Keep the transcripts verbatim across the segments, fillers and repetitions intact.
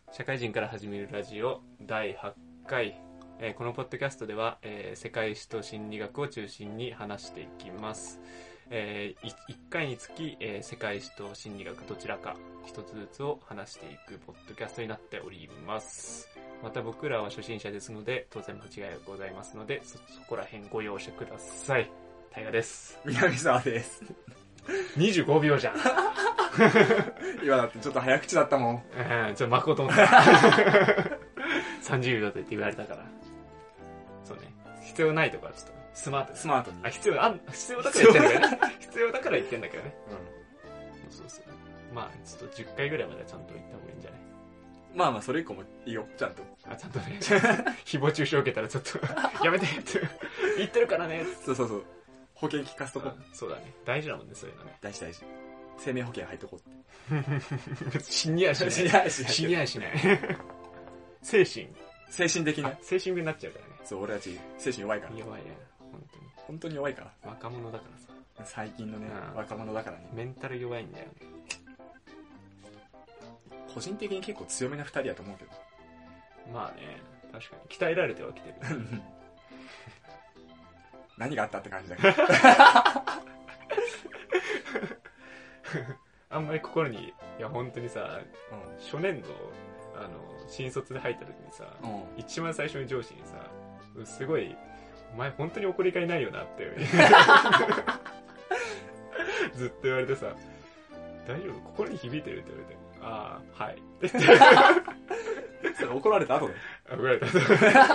社会人から始めるラジオだいはちかい、えー、このポッドキャストでは、えー、世界史と心理学を中心に話していきます。えー、いっかいにつき、えー、世界史と心理学どちらか一つずつを話していくポッドキャストになっております。また僕らは初心者ですので当然間違いがございますので そ, そこら辺ご容赦ください。大河です。 南沢です。 にじゅうごびょうじゃん。 今だってちょっと早口だったもん。 うん、ちょっと巻こうと思った。さんじゅうびょうでって言われたから。そうね。必要ないとこはちょっとスマート。 スマートに。 あ、必要、あ、必要だから言ってんだけどね。必要だから言ってんだけどね。うん。そうそう。まあ、ちょっとじゅっかいぐらいまではちゃんと言った方がいいんじゃない？ まあまあ、それ以降もいいよ、ちゃんと。 あ、ちゃんとね。誹謗中傷受けたらちょっと、やめてって言ってるからね。 そうそうそう。保険聞かすとこ。 そうだね。大事だもんね、そういうのね。 大事大事。生命保険入っとこうって。死にやしない。 死にやしない。 死にやしない。精神。 精神的な。 精神病になっちゃうからね。 そう、俺たち精神弱いから。 弱いね。本当に。 本当に弱いから。 若者だからさ。 最近のね、若者だからね。 メンタル弱いんだよね。 個人的に結構強めな二人だと思うけど。 まあね、確かに。鍛えられてはきてる。 何があったって感じだけど。 あんまり心に、いや本当にさ、うん、初年度、あの、新卒で入った時にさ、うん、一番最初に上司にさ、すごい、お前本当に怒りがいないよなって。ずっと言われてさ、大丈夫？心に響いてるって言われて、ああ、はい。って言って。 それ怒られた後で。 怒られた後で。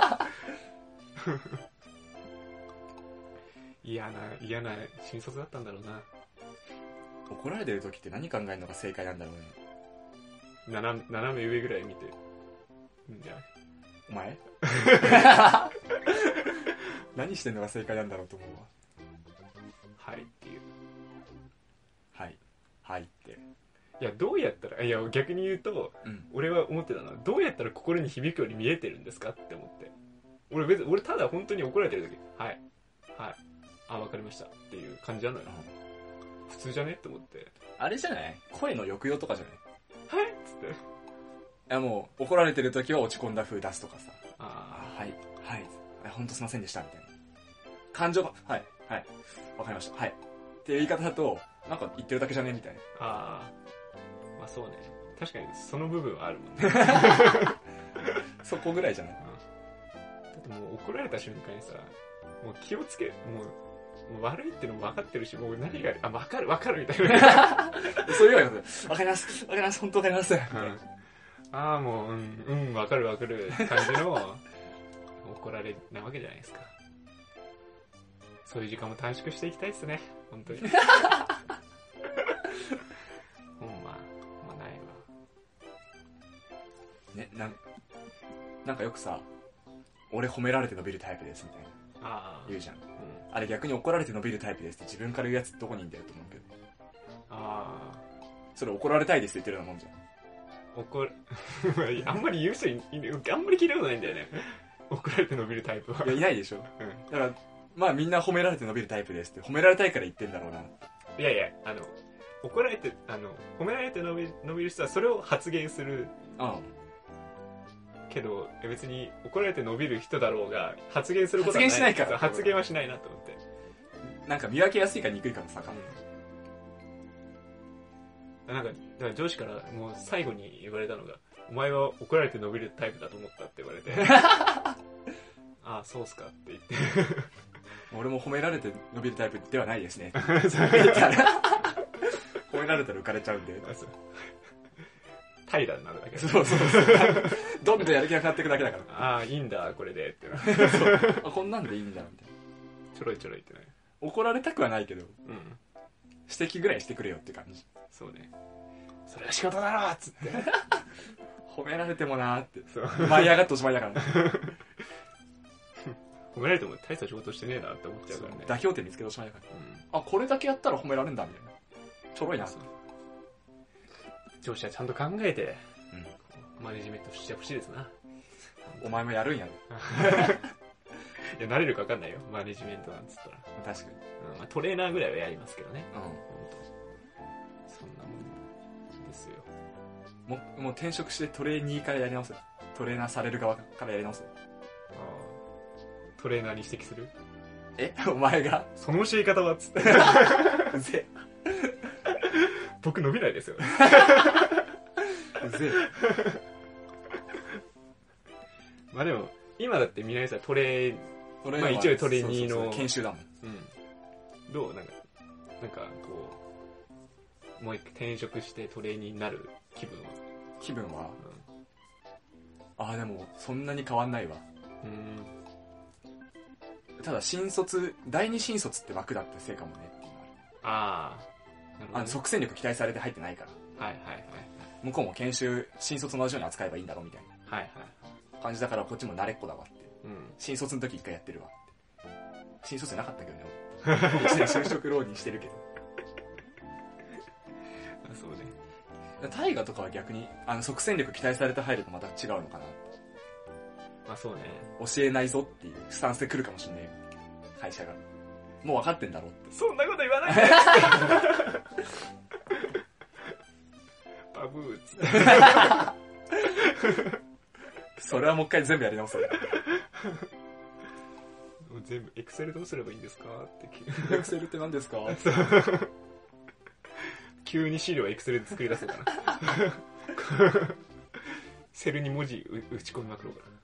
嫌な、嫌な新卒だったんだろうな。 怒られてる時って何考えるのが正解なんだろうね。 斜め、斜め上ぐらい見て。んじゃない？ お前何してんのが正解なんだろうと思うわ。 はいっていう。 はい。はいって。 いや、どうやったら、いや、逆に言うと、うん、俺は思ってたのは、どうやったら心に響くように見えてるんですかって思って。俺別に、俺ただ本当に怒られてる時、はい。はい。あ、わかりました。っていう感じなのよ。普通じゃねって思って。 あれじゃない？声の抑揚とかじゃない？はいっつって。いやもう、怒られてる時は落ち込んだ風出すとかさ。 ああ、はい。はい。ほんとすいませんでした、みたいな。感情が、はい。はい。わかりました。はい。っていう言い方だと、なんか言ってるだけじゃねみたいな。 ああ。まあそうね。確かにその部分はあるもんね。 そこぐらいじゃない？ うん、だってもう怒られた瞬間にさ、もう気をつけ、もう、もう悪いってのも分かってるし、もう何が、あ、分かる分かるみたいな。 そういうわけです。分かります。分かります。本当分かります。うん、 ああ、もう、うん、うん、分かる分かる感じの怒られなわけじゃないですか。そういう時間も短縮していきたいですね。本当に。ほんま、まあないわ。 ね、なん、なんかよくさ、俺褒められて伸びるタイプですみたいな。 あ言うじゃん、うん、あれ逆に怒られて伸びるタイプですって自分から言うやつどこにいんだよと思うけど。 ああ、 それ怒られたいですって言ってるようなもんじゃん。怒るあんまり言う人いあんまり聞いたことないんだよね。怒られて伸びるタイプは。 いやいないでしょ、うん、だからまあみんな褒められて伸びるタイプですって褒められたいから言ってんだろうな。 いやいや、あの怒られてあの褒められて伸び伸びる人はそれを発言する。ああ、けど別に怒られて伸びる人だろうが発言することはない。 発言しないから。 発言はしないなと思って。 なんか見分けやすいか憎いかの差か、 うん、なんかだから上司からもう最後に言われたのが、お前は怒られて伸びるタイプだと思ったって言われてああそうっすかって言って俺も褒められて伸びるタイプではないですね褒められたら浮かれちゃうんで怠惰になるだけ。 そうそうそうどんどんやる気が変わっていくだけだから。 ああいいんだこれでってそうあこんなんでいいんだみたいな。 ちょろいちょろいってね。 怒られたくはないけど、うん、指摘ぐらいしてくれよって感じ。 そうね。それは仕事だろっつって褒められてもなーってそう舞い上がっておしまいだからね褒められても大した仕事してねえなって思っちゃうからね。 妥協点見つけておしまいだから、うん、あこれだけやったら褒められんだみたいな。ちょろいな。 上司はちゃんと考えて、うん、マネジメントしてほしいですな。 お前もやるんやろいや慣れるか分かんないよマネジメントなんつったら。 確かに、 うんまあ、トレーナーぐらいはやりますけどね。 うん、 そんなもんですよ。 もうもう転職してトレーニーからやり直す。トレーナーされる側からやり直す。 あートレーナーに指摘する。 えお前がその教え方はつってうぜ僕伸びないですよえうぜえまあでも今だってみなみさんトレートレーナーはまあ一応トレーニーのそうそうそう研修だもん。 うんどうなんかなんかこうもう一回転職してトレーニーになる気分は。 気分は、うん、ああでもそんなに変わんないわ。 うんただ新卒第二新卒って枠だったせいかもねっていうのああなるほど、ね、 あの即戦力期待されて入ってないからはいはいはい向こうも研修新卒の同じように扱えばいいんだろうみたいはいはいな感じだからこっちも慣れっこだわってうん新卒の時一回やってるわって新卒じゃなかったけどね一年就職浪人してるけどあそうね大河とかは逆にあの即戦力期待されて入るとまた違うのかな。 まあそうね教えないぞっていうスタンスで来るかもしんないよ会社がもう分かってんだろうってそんなこと言わないでバブーっつってそれはもう一回全部やり直せもう全部エクセルどうすればいいんですかって聞エクセルって何ですか急に資料エクセルで作り出そうかなセルに文字打ち込みまくろうかな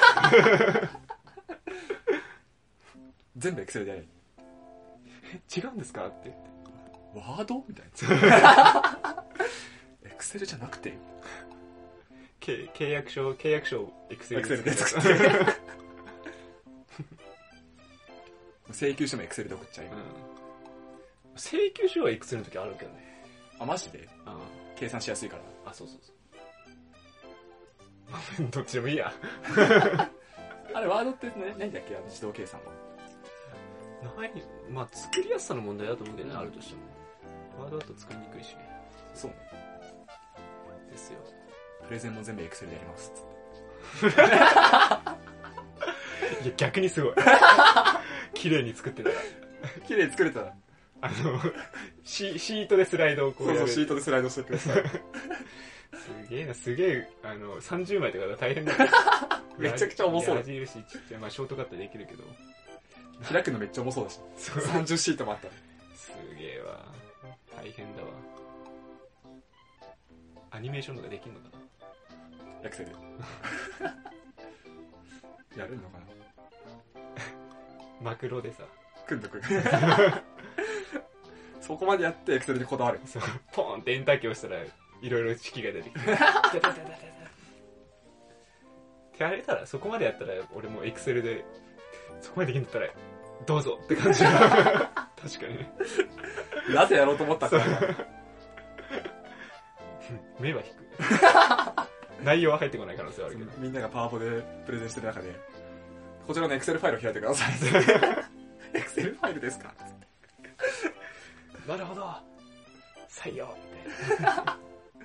全部エクセルでやる。 違うんですかって言ってワードみたいなエクセルじゃなくて契契約書契約書をエクセルで作って請求書もエクセルで送っちゃう、うん、 請求書はエクセルの時あるけどね。 あマジで、 うん、 計算しやすいから。 あそうそうそうどっちでもいいやあれワードってね何だっけあの自動計算はない。まあ作りやすさの問題だと思うけどね、うん、あるとしてもワードだと使いにくいし。 そうねですよ。 プレゼンも全部エクセルでやりますっつっていや逆にすごい綺麗に作ってたら綺麗に作れたらあのシ, シートでスライドをこうやる。 そうそうシートでスライドしてくださいすげえな、すげえ、あの、さんじゅうまいとかだ大変だめちゃくちゃ重そうだ。 矢印ちっちゃい、まあショートカットできるけど。 開くのめっちゃ重そうだし。さんじゅうシートもあったら。 すげえわ。大変だわ。アニメーションとかできんのかな？ エクセル。やるのかな？ マクロでさ。 組んどく。そこまでやってエクセルにこだわる。 そう。ポーンってエンターキー押したら、いろいろ式が出てきて。ってやれたら、そこまでやったら、俺もエクセルで、そこまでできんだったら、どうぞって感じが。確かにね。 なぜやろうと思ったか。 目は引く。内容は入ってこない可能性はあるけど。 みんながパワポでプレゼンしてる中で、こちらのエクセルファイルを開いてください。エクセルファイルですか？ なるほど。採用みたいな。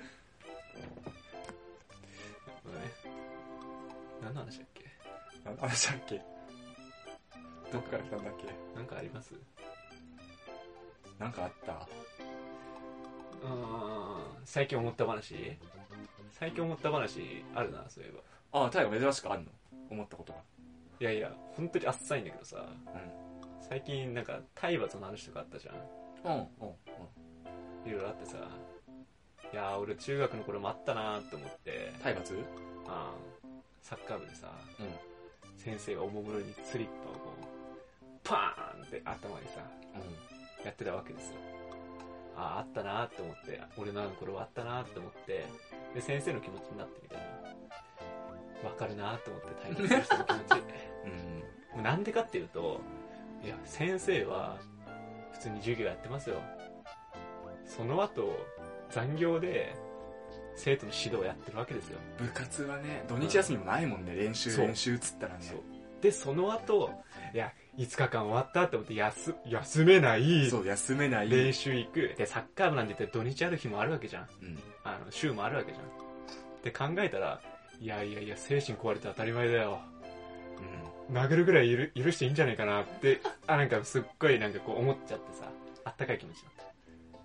何の話だっけ？ 何の話だっけ？どっから来たんだっけ？ なんかあります？ なんかあった？ うーん、最近思った話？最近思った話あるな、そういえば。ああ、タイが珍しくあるの？思ったことが。 いやいや、本当にあっさいんだけどさ、うん、最近なんか体罰の話とかあったじゃん。 うん、うん、うん。 いろいろあってさ、いやー俺中学の頃もあったなーって思って。 体罰？ ああ。サッカー部でさ、 うん、 先生がおもむろにスリッパをこうパーンって頭にさ、うん、やってたわけですよ。ああ、あったなーって思って、俺のあの頃はあったなーって思って、で先生の気持ちになってみたいな、わかるなーって思って対応する人の気持ち、うん、なんでかっていうと、いや先生は普通に授業やってますよ。その後残業で生徒の指導をやってるわけですよ。 部活はね、土日休みもないもんね、うん、練習練習っつったらね。そうでその後、いやいつかかん終わったって思って休休めない。 そう休めない。 練習行く。でサッカー部なんて言って土日ある日もあるわけじゃん。 うん、 あの週もあるわけじゃん。って考えたら、いやいやいや精神壊れて当たり前だよ。うん、殴るぐらい許許していいんじゃないかなって、あなんかすっごいなんかこう思っちゃってさ、あったかい気持ちになった。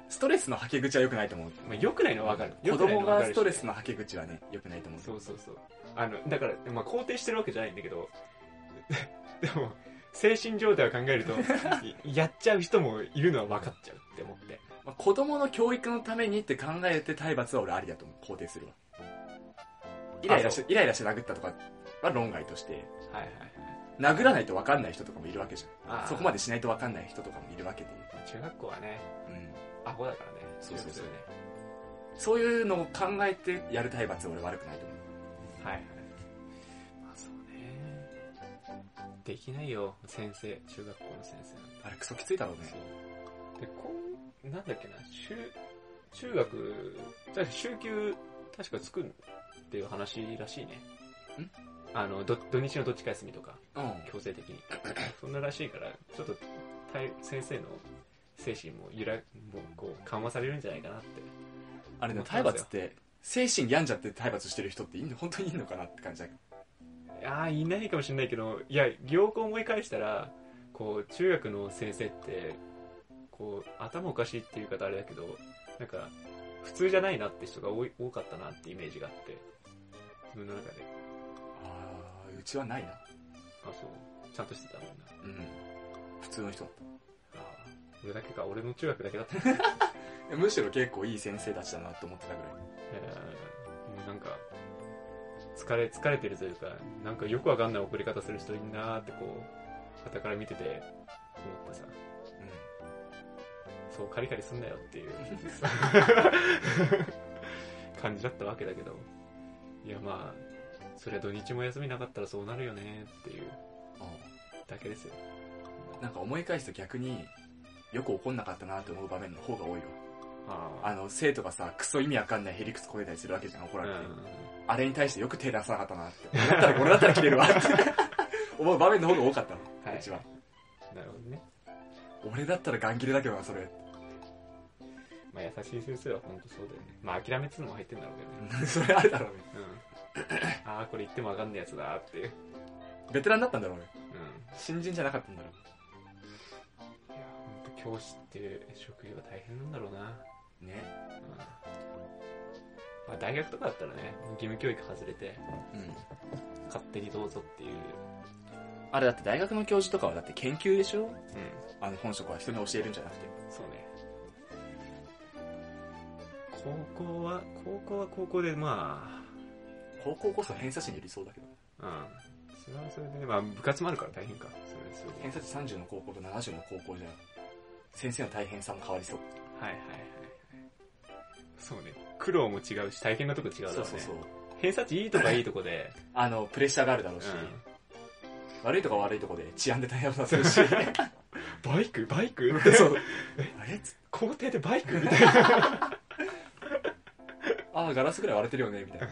ストレスのはけ口は良くないと思う。 まあ、良くないのは分かる。 子供がストレスのはけ口はね、良くないと思う。 そうそうそう。あの、だから、まあ、肯定してるわけじゃないんだけど、でも、精神状態を考えると、やっちゃう人もいるのは分かっちゃうって思って。 まあ、子供の教育のためにって考えて体罰は俺ありだと思う。肯定するわ。イライラして、イライラして殴ったとかは論外として、 はいはいはい。 殴らないと分かんない人とかもいるわけじゃん。 あそこまでしないと分かんない人とかもいるわけで。 中学校はね、 うん。 アホだからね。 そうそうそうね。 そういうのを考えてやる体罰は俺悪くないと思う。 はいはい。まあそうね。できないよ、先生、中学校の先生なんて。 あれクソきついだろうね。 そうで、こう、なんだっけな、中、中学、確か週休、確かつくっていう話らしいね。 んあの、ど土日のどっちか休みとか、 うん。 強制的に。そんならしいから、ちょっと、先生の精神もゆら、もうこう、緩和されるんじゃないかなって。 あれね、体罰って、精神病んじゃって体罰してる人っていいの本当にいいのかなって感じだけど。 ああ、いないかもしれないけど、いや、よく思い返したら、こう、中学の先生って、こう、頭おかしいっていう言い方あれだけど、なんか、普通じゃないなって人が多い多かったなってイメージがあって、自分の中で。 ああ、うちはないな。 あ、そう。ちゃんとしてたみんな。 うん。普通の人だっああ、俺だけか、俺の中学だけだった。 た。むしろ結構いい先生たちだなって思ってたぐらい。 えー、もうなんか、疲れ、疲れてるというか、なんかよくわかんない送り方する人いんなーってこう、傍から見てて、思ってさ、そう、カリカリすんなよっていう感じだったわけだけど、いやまあ、そりゃ土日も休みなかったらそうなるよねっていうだけですよ。 なんか思い返すと逆によく怒んなかったなって思う場面の方が多いわ。 ああの生徒がさ、クソ意味わかんないヘリクツこえたりするわけじゃん、怒られて、 うん、 あれに対してよく手出さなかったなって、俺だったら俺だったら切れるわって思う場面の方が多かったの、 はい、 うちは。 なるほどね。 俺だったらガン切れだけどな、それ。 まあ優しい先生は本当そうだよね。まあ諦めつつも入ってんだろうけどね。 それあるだろうね。 うん。ああ、これ言ってもわかんないやつだっていう。 ベテランだったんだろうね。 うん。 新人じゃなかったんだろう。 いや、本当教師って職業が大変なんだろうな。 ね。 うん。まあ大学とかだったらね、義務教育外れて、 うん。 勝手にどうぞっていう。 あれだって大学の教授とかはだって研究でしょ？ うん。 あの本職は人に教えるんじゃなくて。 そうね。高校は、高校は高校でまあ、 高校こそ偏差値によりそうだけど。 うん。それはそれでね、まあ部活もあるから大変か。それそれで偏差値さんじゅうの高校とななじゅうの高校じゃ、先生の大変さも変わりそう。 はいはいはいはい。そうね。苦労も違うし、大変なとこ違うだろうね。 そうそうそう。 偏差値いいとかいいとこで、 あの、プレッシャーがあるだろうし、 うん、 悪いとか悪いとこで治安で大変させるし。 バイクバイクそう。あれ校庭でバイクみたいな。 ああ、ガラスぐらい割れてるよね、みたいな。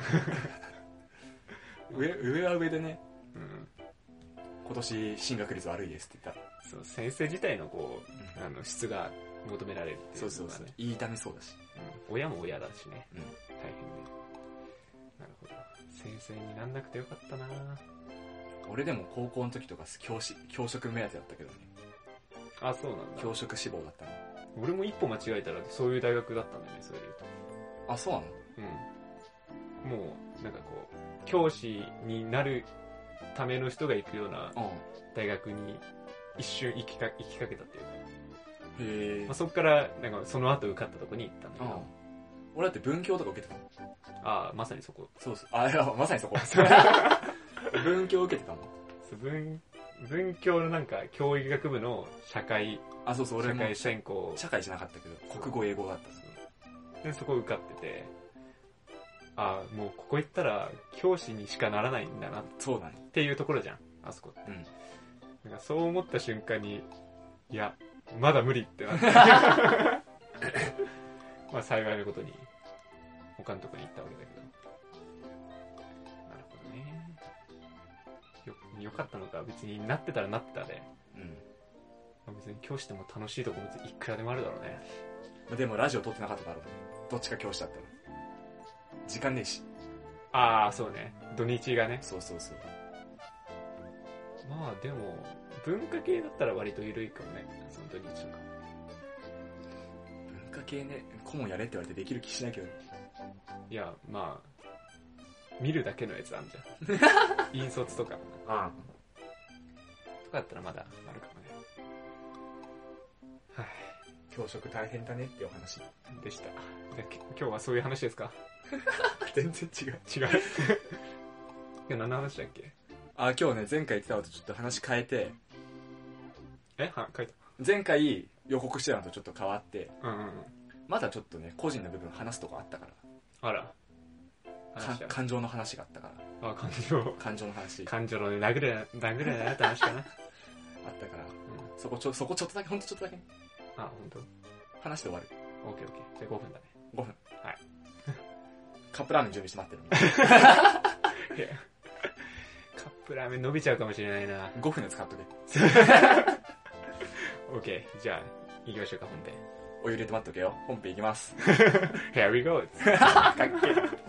上、上は上でね、 うん、 今年進学率悪いですって言ったら。 そう、先生自体のこう、 うん、 あの、質が求められるっていう、ね。 そうそうそう。言いためそうだし。 うん。親も親だしね。 うん。 大変で。なるほど。先生になんなくてよかったな。 俺でも高校の時とか教師、教職目当てだったけどね。 あ、そうなんだ。 教職志望だったの。 俺も一歩間違えたらそういう大学だったんだよね、それで言うと。 あ、そうなの？ うん。もう、なんかこう、教師になるための人が行くような大学に一瞬行きか行きかけたっていうか。 へえ。 まあ、そっから、なんかその後受かったとこに行ったんだけど。 うん、俺だって文教とか受けてたの。 ああ、まさにそこ。 そうそう。あ、いや、まさにそこ。文教受けてたの。 文、文教のなんか教育学部の社会、 あ、そうそう、俺も社会専攻。 社会じゃなかったけど、国語英語だった。 で、そこ受かってて、ああ、もうここ行ったら教師にしかならないんだな。 そうだね。 っていうところじゃん、あそこって。 うん。 なんかそう思った瞬間に、いや、まだ無理ってなって。まあ幸いなことに、他のとこに行ったわけだけど。なるほどね。よ、よかったのか、別になってたらなってたで。 うん。 まあ、別に教師でも楽しいとこ別にいくらでもあるだろうね。 でもラジオ撮ってなかっただろうね。どっちか教師だったら。時間ねえし。 ああ、そうね。土日がね。 そうそうそう。 まあでも、文化系だったら割と緩いかもね。その土日とか。 文科系ね、顧問やれって言われてできる気しないけど。 いや、まあ、見るだけのやつあんじゃん。引率とか。 あとかだったらまだあるかもね。はい。 教職大変だねっていうお話。 でした。じゃあ今日はそういう話ですか？ 全然違う。 違う。今日何の話だっけ？ あ、今日ね、前回言ってたのとちょっと話変えて、 えは、書いた。 前回予告してたのとちょっと変わって、 うんうんうん。 まだちょっとね、個人の部分話すとこあったから。 あら。 か感情の話があったから。 あ、感情。 感情の話。 感情のね、殴れ、殴れなって話かな。 あったから、 うん、 そこちょ、そこちょっとだけ、ほんとちょっとだけ。 あ、ほんと。 話して終わる。 オッケーオッケー。じゃあごふんだね。 ごふん。 はい。 カップラーメン準備して待ってる。 いやカップラーメン伸びちゃうかもしれないな。 ごふんで使っとけ。 オッケー。じゃあ、行きましょうか、本編。 お湯入れて待っとけよ。本編行きます。 Here we go! かっけえ。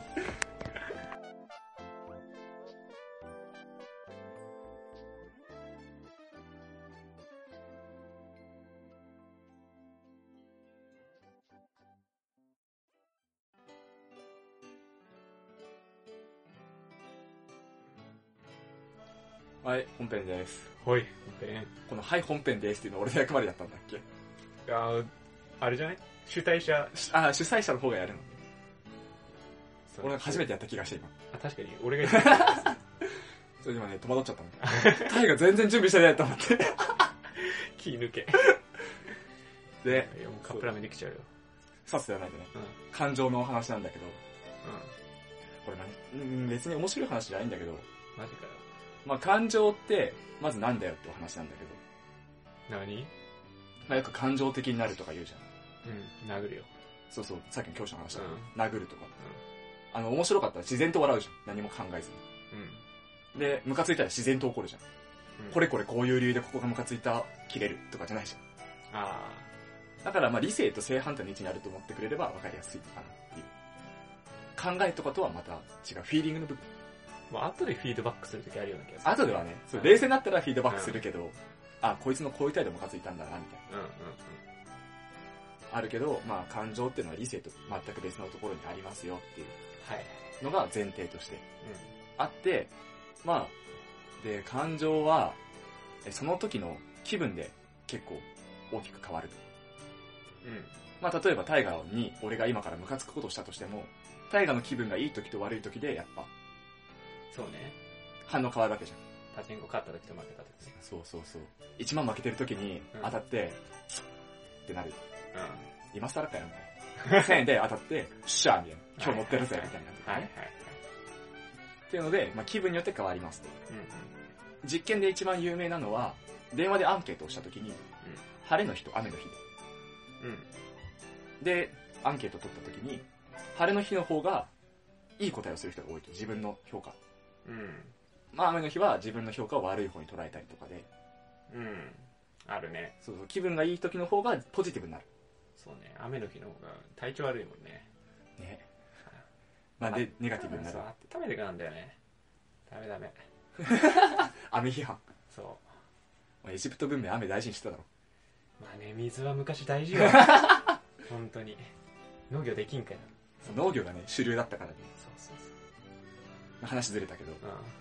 はい、本編です。 ほい、本編。 この、はい、本編ですっていうのは俺の役割だったんだっけ？ いやあれじゃない？主体者。 あ、主催者の方がやるの。俺初めて。 てやった気がして今。 あ、確かに、俺が言った。 それで今ね、戸惑っちゃったの。タイが全然準備してないと思って。 気抜け。 で、 いやもうカップラーメンできちゃうよ。 さっさとやらないとね。 うん。 感情の話なんだけど、 うん。 これ何、うん、別に面白い話じゃないんだけど、 マジかよ。 まあ感情って、まずなんだよってお話なんだけど、 何？ まあよく感情的になるとか言うじゃん。 うん、殴るよ。 そうそう、さっきの教師の話だけど、 うん殴るとか。あの、面白かったら自然と笑うじゃん。何も考えずうん。 に。で、ムカついたら自然と怒るじゃん。 うん。 これこれこういう理由でここがムカついた、切れるとかじゃないじゃん。 あだからまあ理性と正反対の位置にあると思ってくれれば分かりやすいかなっていう。考えとかとはまた違うフィーリングの部分。 ー。まあ、後でフィードバックするときあるような気がする。 後ではね、そう冷静になったらフィードバックするけど、あ、こいつのこういう態度ムカついたんだな、みたいな。 うんうんあるけど、まあ感情っていうのは理性と全く別のところにありますよっていううん。はい。 のが前提としてうあって、まあ、で、感情は、えその時の気分で結構大きく変わると。 ん。うん。 まあ例えばタイガーに俺が今からムカつくことをしたとしても、タイガーの気分がいい時と悪い時でやっぱそうね。 反応変わるわけじゃん。 パチンコ勝った時と負けた時ね。 そうそうそう。一万負けてる時に当たって、ってなる。 う今更かよ、みたいな。せんえんで当たって、っしゃーみたいな。今日乗ってるぜ、みたいな、ね。 ん。はいはいはい。 っていうので、まあ気分によって変わりますと。 うんうん。 実験で一番有名なのは、電話でアンケートをした時に、晴れの日と雨の日うん。うん。 で、アンケートを取った時に、晴れの日の方が、いい答えをする人が多いと。自分の評価。 うん。 まあ雨の日は自分の評価を悪い方に捉えたりとかで、 うん。あるね。 そうそう、気分がいい時の方がポジティブになる。 そうね。雨の日の方が体調悪いもんね。 ね。まあで、ネガティブになるそう。温めてからなんだよね。ダメダメ。 雨批判。 そう。 まあエジプト文明雨大事にしてただろ。 まあね、水は昔大事よ。本当に。農業できんかよ。 農業がね、主流だったからね。 そうそうそう。 まあ話ずれたけど。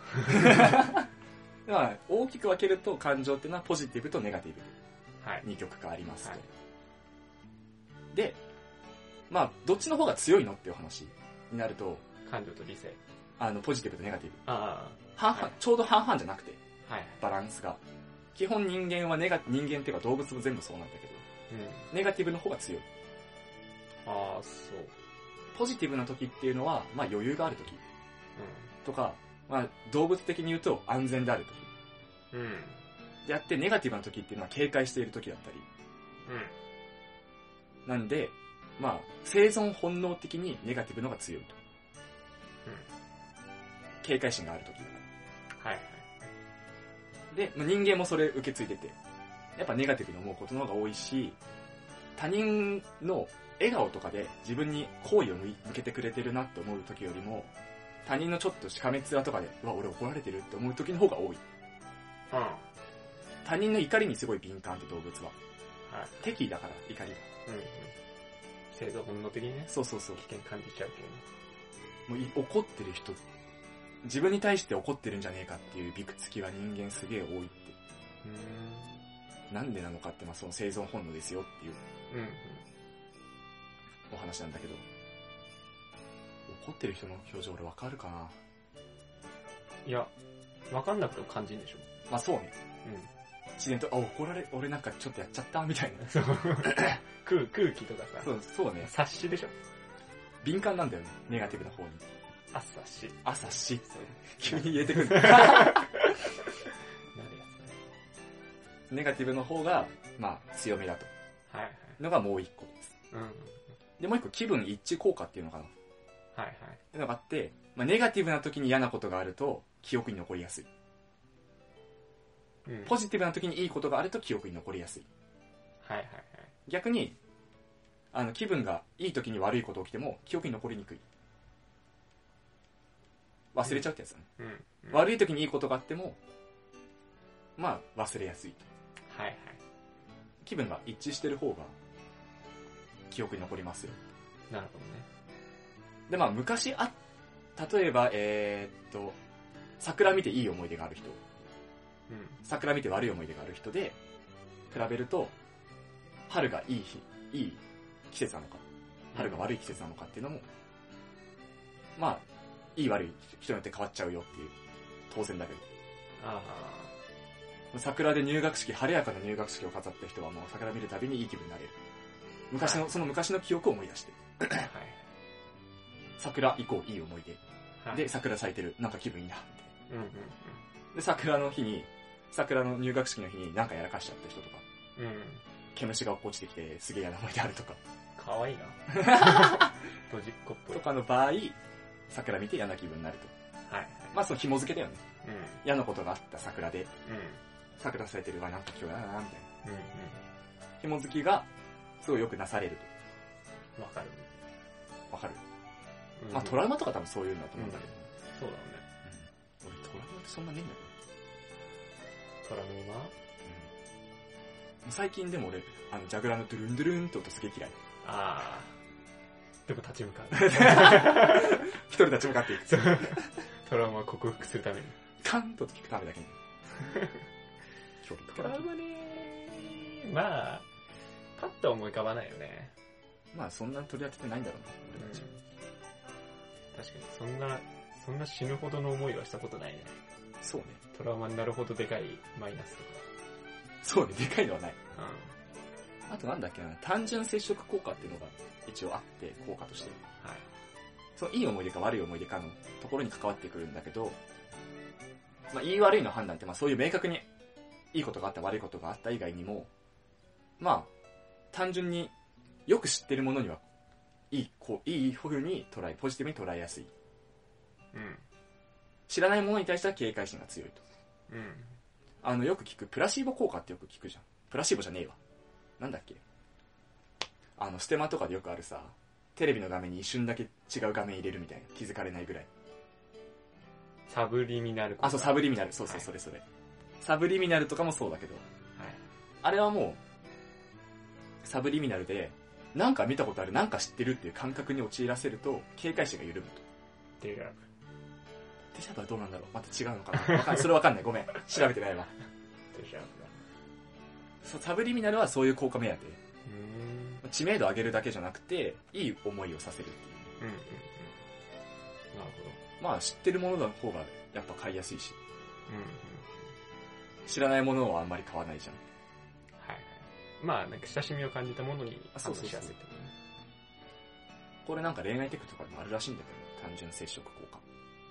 うまあ、大きく分けると感情っていうのはポジティブとネガティブん。はい。 に極化ありますと。 はいで、まあ、どっちの方が強いのっていう話になると、 感情と理性。 あの、ポジティブとネガティブ。 あ半々、 はいちょうど半々じゃなくて、 あ。はい。 バランスが。基本人間はネガ、人間っていうか動物も全部そうなんだけど、 うん。 ネガティブの方が強い。 ああ、そう。 ポジティブな時っていうのは、まあ余裕がある時うとか、まあ動物的に言うと安全である時。 ん。うん。 であって、ネガティブな時っていうのは警戒している時だったり。 うん。 なんで、まあ、生存本能的にネガティブの方が強いと。 うん。 警戒心がある時。 はいはい。 で、まあ人間もそれ受け継いでて、やっぱネガティブに思うことの方が多いし、他人の笑顔とかで自分に好意を向けてくれてるなって思う時よりも、他人のちょっとしかめ面とかで、うわ、俺怒られてるって思う時の方が多い。 うん。 他人の怒りにすごい敏感って動物は。 はい。 敵意だから、怒りが。 うんうん。 生存本能的にね、 そうそうそう。 危険感じちゃうけどね。 もうい怒ってる人、自分に対して怒ってるんじゃねえかっていうびくつきは人間すげえ多いって。 うーん。なんでなのかって、まあその生存本能ですよっていううん。うんうん。 お話なんだけど、怒ってる人の表情俺わかるかな。 いや、わかんなくても感じるんでしょ。 まあそうね。 うん。 自然と、あ、怒られ、俺なんかちょっとやっちゃったみたいな。 そう。空、空気とかさ。 そう、そうね。 察しでしょ。 敏感なんだよね。ネガティブな方に。 あ、察し。 あ、察し。 そう。 急に言えてくる。 なるやネガティブの方が、まあ強めだと。 つね。はいはい。 のがもう一個です。 うん。はいで、もう一個気分一致効果っていうのかな。 はい。 っていうのがあって、まあ、ネガティブな時に嫌なことがあると記憶に残りやすい。 うん。 ポジティブな時にいいことがあると記憶に残りやすい。 はいはいはい。 逆に、あの、気分がいい時に悪いこと起きても記憶に残りにくい。忘れちゃうってやつだね。 うん。うん、 悪い時にいいことがあっても、まあ、忘れやすい。 はいはい。 気分が一致してる方が記憶に残りますよ。 なるほどね。 で、まあ、昔あ、例えば、えー、っと、桜見ていい思い出がある人、 うん。 桜見て悪い思い出がある人で、比べると、春がいい日、いい季節なのか、春が悪い季節なのかっていうのも、まあ、いい悪い人によって変わっちゃうよっていう、当然だけど。 あ桜で入学式、晴れやかな入学式を飾った人はもう桜見るたびにいい気分になれる。昔の、 はいその昔の記憶を思い出して。 あ。はい。 桜以降いい思い出。 はい。 で、桜咲いてる。なんか気分いいな。 うんうんで、桜の日に、桜の入学式の日になんかやらかしちゃった人とか、 うん。うん。 毛虫が落っこちてきてすげえ嫌な思い出あるとか、 かわいいな。ドジっ子っぽい。 とかの場合、桜見て嫌な気分になると。 はいはい。 まあその紐付けだよね。 うん。 嫌なことがあった桜で、 うん。 桜咲いてるわ、なんか今日だな、みたいな。 うん紐付きが、すごいよくなされるうん。わかる。 と。わかる、 うん、 まあトラウマとか多分そういうんだと思うんだけど、ねそうだろうね。 うん、俺トラウマってそんなねえんだけど。 トラウマうん、最近でも俺、あの、ジャグラーのドゥルンドゥルンって音すげえ嫌い。 ああ。でも立ち向かう。 一人立ち向かっていく。 トラウマを克服するために。 カンと聞くためだけに。距離トラウマねー。まあ、パッと思い浮かばないよね。 まあそんな取り当ててないんだろうな、 うん俺たち。 確かに、そんな、そんな死ぬほどの思いはしたことないね。 そうね。 トラウマになるほどでかいマイナスとか。 そうね、でかいのはない。 うあとなんだっけな、単純接触効果っていうのが一応あって、効果として。 ん。はい。 そのいい思い出か悪い思い出かのところに関わってくるんだけど、まあいい悪いの判断ってまあそういう明確にいいことがあった悪いことがあった以外にも、まあ単純によく知ってるものにはいい、こう、いい風に捉え、ポジティブに捉えやすい。 うん。 知らないものに対しては警戒心が強いと。 うん。 あの、よく聞く、プラシーボ効果ってよく聞くじゃん。プラシーボじゃねえわ。なんだっけ。あの、ステマとかでよくあるさ、テレビの画面に一瞬だけ違う画面入れるみたいな。気づかれないぐらい。 サブリミナル。 あ、そう、サブリミナル。そうそう、 はいそれそれ。サブリミナルとかもそうだけど、 はい。 あれはもう、サブリミナルで、なんか見たことある、なんか知ってるっていう感覚に陥らせると、警戒心が緩むと。 デラブ。 デジャブはどうなんだろう、また違うのかなわかんそれわかんない。ごめん。調べてないわ。 デジャブだ。 そうサブリミナルはそういう効果目当て。 うーん。 知名度上げるだけじゃなくて、いい思いをさせるっていう。 うんうんうん。なるほまあ知ってるものの方がやっぱ買いやすいし、 ど。うんうん。 知らないものはあんまり買わないじゃん。 はいはい。まあ、なんか親しみを感じたものにあそうそうそう反応しやすいってことね。 これなんか恋愛テクとかでもあるらしいんだけど、単純接触効果。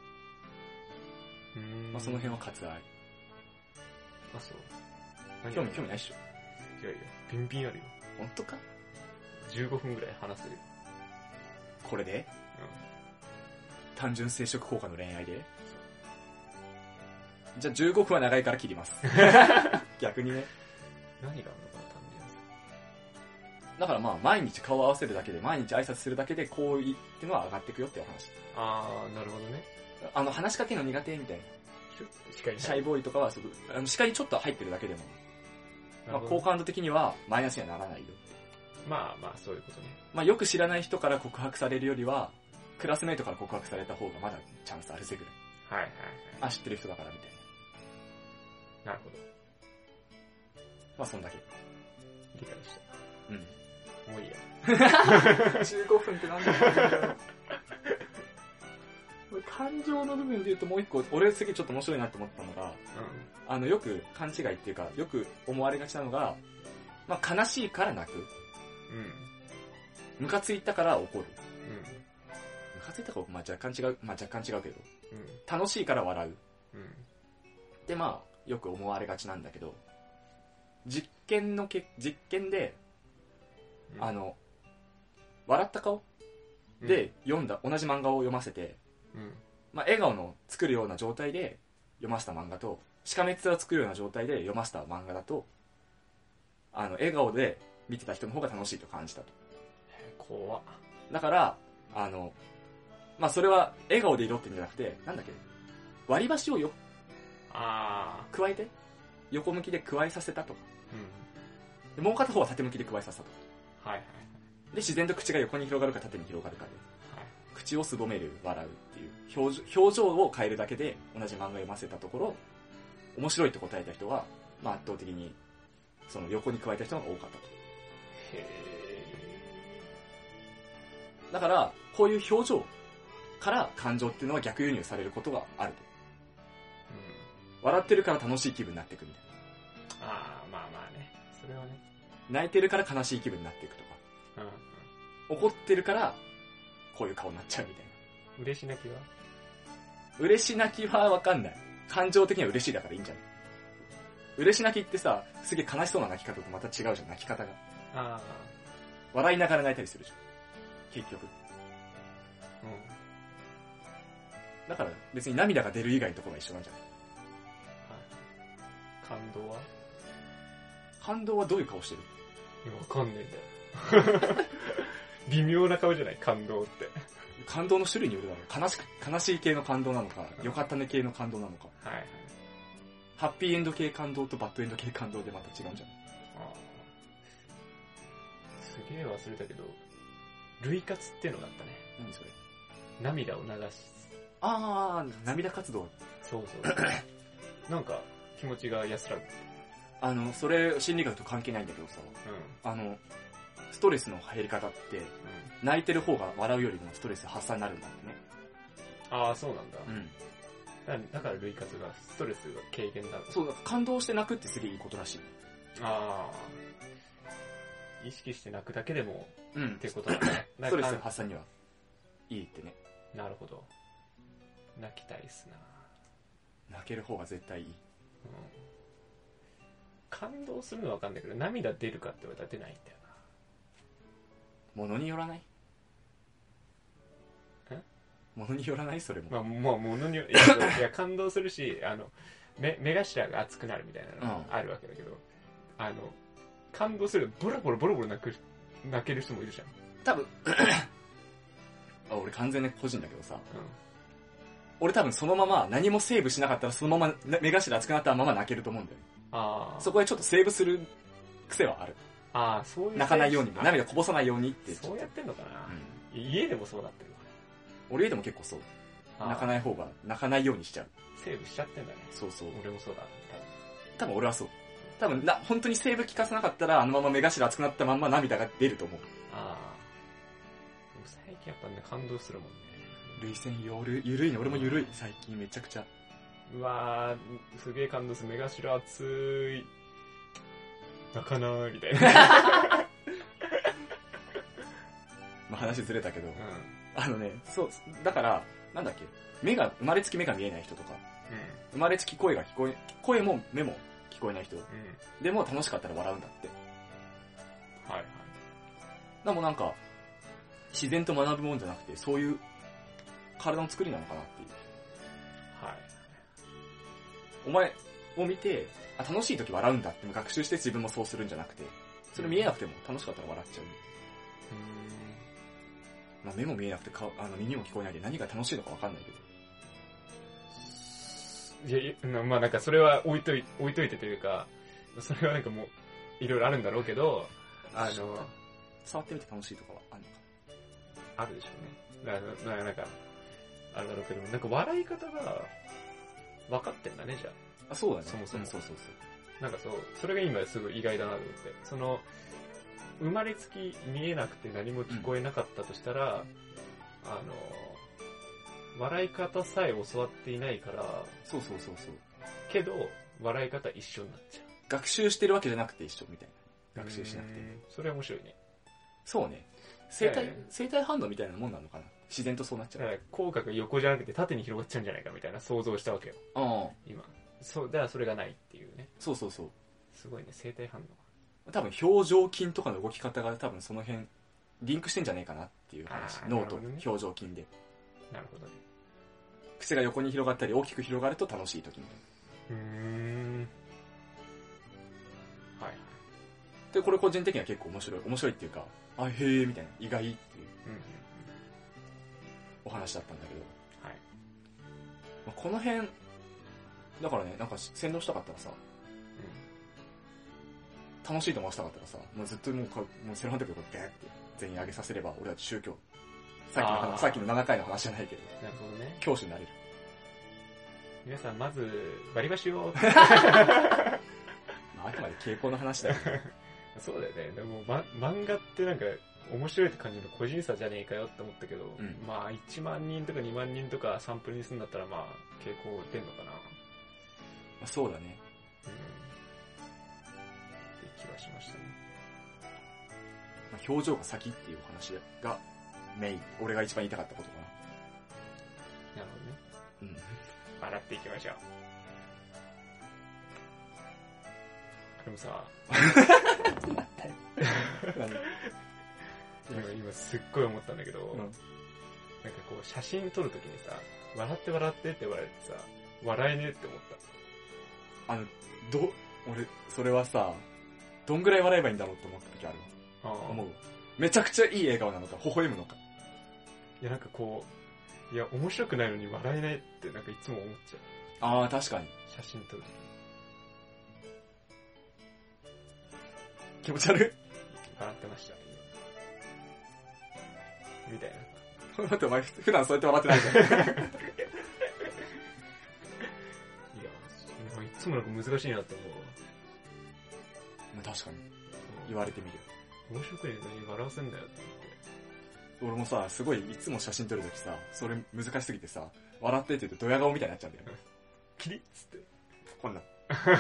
うーん。 まあその辺は割愛。 あ、そう。 興味、興味ないっしょ。 いやいや、ビンビンあるよ。 本当かじゅうごふんぐらい話せるよ。 これでう単純接触効果の恋愛でじゃあじゅうごふんは長いから切ります。逆にね。 ん。何があるのかな、単純。 だからまあ毎日顔を合わせるだけで、毎日挨拶するだけで好意っていうのは上がっていくよっていう話。 あー、なるほどね。 あの話しかけるの苦手みたいな。 しっかりシャイボーイとかはすぐ、あの視界にちょっと入ってるだけでも、まあ、 なるほど好感度的にはマイナスにはならないよ。 うまあまあそういうことね。 まあよく知らない人から告白されるよりは、クラスメイトから告白された方がまだチャンスあるぜぐらい。 はいはいはい。 あ、知ってる人だからみたいな。 なるほど。 まあそんだけ。 理解した。 うん。 もういいや。 じゅうごふんってなんだろう。感情の部分で言うともう一個、俺すげえちょっと面白いなって思ったのが、 うあの、よく勘違いっていうか、よく思われがちなのが、まあ悲しいから泣く。 ん。うん。 ムカついたから怒る。 うん。 ムカついたから、まあ若干違う、まあ若干違うけど、 うん。 楽しいから笑う。 うん。 で、まあ、よく思われがちなんだけど、実験のけ、実験で、 うん、 あの、笑った顔で読んだ、同じ漫画を読ませて、 うん。 まあ、笑顔の作るような状態で読ませた漫画と、しかめっ面を作るような状態で読ませた漫画だと、あの、笑顔で見てた人の方が楽しいと感じたと。 怖っ。 だから、あの、まあ、それは笑顔でいろってんじゃなくて、なんだっけ、割り箸をよ、 あ加えて、横向きで加えさせたとか。 ー。うん。 でもう片方は縦向きで加えさせたとか。 はいはいで、自然と口が横に広がるか縦に広がるかで、 はい。 口をすぼめる、笑うっていう表情、表情を変えるだけで同じ漫画を読ませたところ、面白いって答えた人は、まあ、圧倒的にその横に加えた人の方が多かったと。 へだからこういう表情から感情っていうのは逆輸入されることがあると。 ー。うん。 笑ってるから楽しい気分になっていくみたいな。 あー、まあまあね。それはね。 泣いてるから悲しい気分になっていくとか、 うん。 怒ってるからこういう顔になっちゃうみたいな。 嬉し泣きは嬉し泣きはわかんない。感情的には嬉しいだからいいんじゃない。嬉し泣きってさ、すげえ悲しそうな泣き方とまた違うじゃん、泣き方が。 あ笑いながら泣いたりするじゃん。結局。 ー。うん。 だから別に涙が出る以外のところが一緒なんじゃない。 はい。感動は感動はどういう顔してる？ いや、わかんねえんだよ。微妙な顔じゃない、感動って。 感動の種類によるだろう。悲しく、悲しい系の感動なのか、よかったね系の感動なのか。 はいはい。 ハッピーエンド系感動とバッドエンド系感動でまた違うんじゃない？ あー。すげえ忘れたけど、類活っていうのがあったね。 何それ？ 涙を流し。 あー、涙活動。 そうそう。なんか、気持ちが安らぐ。 あの、それ心理学と関係ないんだけどさ、 うん。 あの、ストレスの減り方って、 うん。 泣いてる方が笑うよりもストレス発散になるんだってね。 ああ、そうなんだ。 うん。 だだから類活が、ストレスが軽減だ。 そうだ、感動して泣くってすげえいいことらしい。 ああ。意識して泣くだけでも、 うんってことだね。 ストレス発散にはいいってね。 なるほど。泣きたいっすな。 泣ける方が絶対いい。 うん。感動するのはわかんないけど、涙出るかって言われたら出ないんだよものによらない？ え？ ものによらないそれも。 な。まあ、もう、ものによいや、いや感動するし、あの、目、目頭が熱くなるみたいなのがあるわけだけど、あの、感動するとボロボロボロボロ泣く、泣ける人もいるじゃん。 多分あ、俺完全に個人だけどさ、 うん。 俺多分そのまま何もセーブしなかったらそのまま目頭熱くなったまま泣けると思うんだよね。 ああ。 そこでちょっとセーブする癖はある。 ああ、そういう。 泣かないように、 あ涙こぼさないようにって。 そうやってんのかな、 うん、 家でもそうなってる俺家でも結構そう。 わ。 泣かない方が、泣かないようにしちゃう。 セーブしちゃってんだね。 そうそう。 俺もそうだ。 多分俺はそう。多分な、本当にセーブ効かせなかったらあのまま目頭熱くなったまんま涙が出ると思う。 ああ。でも最近やっぱね、感動するもんね。 涙腺ゆるゆるいね。俺もゆるい。最近めちゃくちゃ。 うわー、すげえ感動する。目頭熱い。泣かなーみたいな。 まあ話ずれたけど。 うん。 あのね、そう、だから、なんだっけ、目が、生まれつき目が見えない人とか、生まれつき声が聞こえ、声も目も聞こえない人、 うん。うん。 でも楽しかったら笑うんだって。 はいはい。 でもなんか、自然と学ぶもんじゃなくて、そういう体の作りなのかなっていう。 はい。 お前を見て、あ、楽しい時笑うんだって学習して自分もそうするんじゃなくて、それ見えなくても楽しかったら笑っちゃう。 うまあ、目も見えなくて顔、あの耳も聞こえないで何が楽しいのかわかんないけど。 ーん。いや、いやまあなんかそれは置いとい、置いといてというか、それはなんかもう、いろいろあるんだろうけど、あの、 触ってみて楽しいとかはあるのか。 あるでしょうね。だから、なんか、あれだろうけど、なんか笑い方が分かってんだね、じゃあ。そうだね。 そもそもうん、そうそうそう。 なんかそう、それが今すごい意外だなと思って。その、生まれつき見えなくて何も聞こえなかったとしたら、うん、あの、笑い方さえ教わっていないから、 そうそうそうそう。 けど、笑い方一緒になっちゃう。 学習してるわけじゃなくて一緒みたいな。学習しなくて。 それは面白いね。 そうね。生体、生体反応みたいなもんなのかな。自然とそうなっちゃう。 だから口角が横じゃなくて縦に広がっちゃうんじゃないかみたいな想像したわけよ。 ああ。 今。そう、だからそれがないっていうね。 そうそうそう。 すごいね、生体反応。 多分表情筋とかの動き方が多分その辺、リンクしてんじゃねえかなっていう話。脳と表情筋で。 なるほどね。 口が横に広がったり大きく広がると楽しい時みたいな。 うーん。はい。 で、これ個人的には結構面白い。面白いっていうか、あ、へえみたいな。意外っていう、うんうんうん、お話だったんだけど。 はい。 まあ、この辺、だからね、なんか洗脳したかったらさ、うん、楽しいと思わせたかったらさ、もうずっともうか、もうセロハンテープでこうガーって全員上げさせれば、俺は宗教、さっきの話、さっきのななかいの話じゃないけど、 なるほどね。 教師になれる。 皆さんまず、割り箸を。 まあ、あくまで傾向の話だよね。 そうだよね。でも、ま、漫画ってなんか、面白いって感じの個人差じゃねえかよって思ったけど、うん、まあいちまんにんとかにまんにんとかサンプルにするんだったらまあ傾向出んのかな。まあ、そうだね。 うん。って気はしましたね。 まあ、表情が先っていうお話がメイン。俺が一番言いたかったことかな。なるほどね。うん。笑っていきましょう。でもさ、今、今すっごい思ったんだけど、うん、なんかこう写真撮るときにさ、笑って笑ってって言われてさ、笑えねえって思った。 あの、ど、俺、それはさ、どんぐらい笑えばいいんだろうって思ったときあるわ。ああ。思う。めちゃくちゃいい笑顔なのか、微笑むのか。 いやなんかこう、いや面白くないのに笑えないってなんかいつも思っちゃう。ああ、確かに。 写真撮るときに。 気持ち悪い。 笑ってました。みたいな。待って、お前、普段そうやって笑ってないじゃん。いや、 いつもなんか難しいなって思うわ。確かに。言われてみる。 面白くねえのに笑わせんだよって思って。 俺もさ、すごい、いつも写真撮るときさ、それ難しすぎてさ、笑ってって言うとドヤ顔みたいになっちゃうんだよね。 キリッつって。 こんな。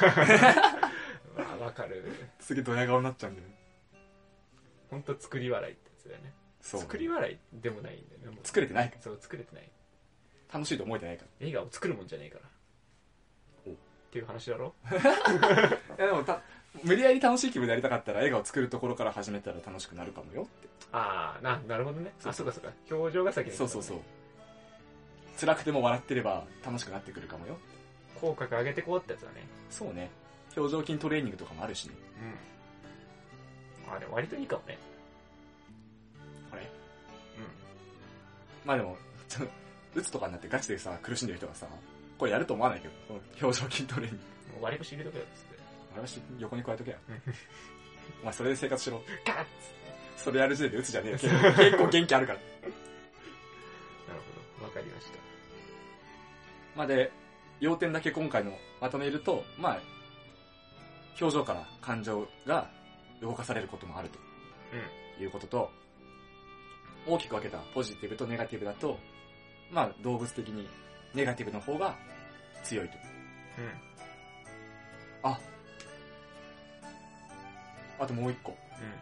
わかる。 すげえドヤ顔になっちゃうんだよね。 ほんと作り笑いってやつだよね。そう。作り笑いでもないんだよね。もう作れてないから。 そう、作れてない。 楽しいと思えてないから。 映画を作るもんじゃねえから。おっていう話だろいやでもた、無理やり楽しい気分でやりたかったら映画を作るところから始めたら楽しくなるかもよって。 ああ、な、なるほどね。そうそうあ、そうかそうか。表情が先に、ね。 そうそうそう。辛くても笑ってれば楽しくなってくるかもよ。 口角上げてこうってやつだね。 そうね。表情筋トレーニングとかもあるしね。 うん。あ、でも割といいかもね。 これうん。まあでも、ちょっと、うつとかになってガチでさ、苦しんでる人がさ、これやると思わないけど、表情筋トレーニング。 もう割り箸入れとけよ、つって。 割り箸横に加えとけよ。お前それで生活しろ。 ガッツそれやる時点でうつじゃねえよ。結構元気あるから。 なるほど。わかりました。 まあで、要点だけ今回のまとめると、まあ、表情から感情が動かされることもあると、うん、いうことと、大きく分けたポジティブとネガティブだと、まあ動物的にネガティブの方が強いと。うん、あ、あともう一個。うん、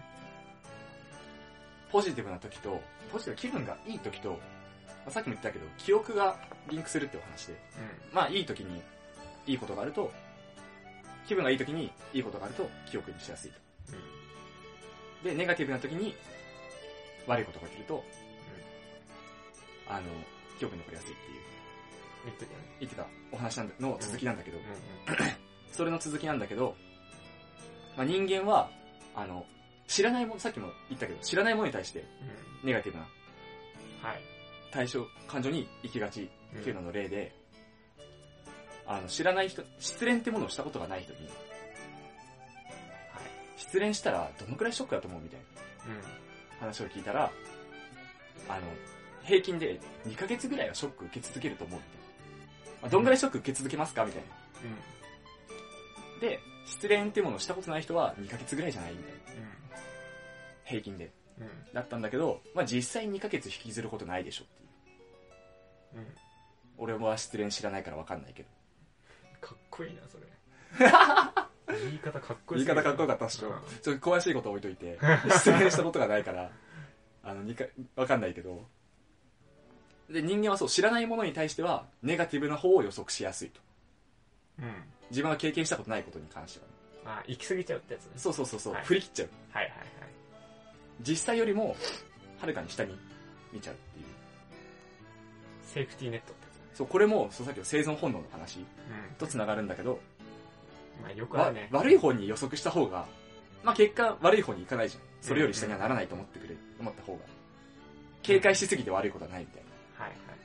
ポジティブな時と、ポジティブ気分がいい時と、まあ、さっきも言ったけど、記憶がリンクするってお話で、うん、まあいい時にいいことがあると、気分がいい時にいいことがあると記憶にしやすいと。うん、で、ネガティブな時に悪いことが起きると、うん、あの、記憶に残りやすいっていう。 言ってたね。 言ってたお話なんだの続きなんだけど、うんうんうん、それの続きなんだけど、まあ、人間は、あの、知らないもの、さっきも言ったけど、知らないものに対して、ネガティブな、はい。対象、感情に行きがちっていうのの例で、うん、あの、知らない人、失恋ってものをしたことがない人に、はい。失恋したらどのくらいショックだと思うみたいな。うん。 話を聞いたら、あの、平均でにかげつぐらいはショック受け続けると思うみたいな。まあ、どんぐらいショック受け続けますかみたいな。うん。で、失恋ってものをしたことない人はにかげつぐらいじゃないみたいな。うん。平均で。うん。だったんだけど、まあ、実際にかげつ引きずることないでしょっていう。うん。俺は失恋知らないから分かんないけど。 かっこいいな、それ。言い方かっこいい。 言い方かっこよかったっしょ。うん、ちょっと詳しいこと置いといて、失恋したことがないから、あの、にか、分かんないけど。で、人間はそう、知らないものに対しては、ネガティブな方を予測しやすいと。うん。自分が経験したことないことに関してはね。 ああ、行き過ぎちゃうってやつね。 そうそうそうそう、 はい、 振り切っちゃう。 はいはいはい。 実際よりも、はるかに下に見ちゃうっていう。 セーフティーネットってやつね。 そう、これも、そうさっきの生存本能の話と繋がるんだけど、うん、 まあよくあるね。 悪い方に予測した方が、まあ結果悪い方に行かないじゃん。それより下にはならないと思ってくれ、うん、思った方が。警戒しすぎて悪いことはないみたいな。はいはいはい。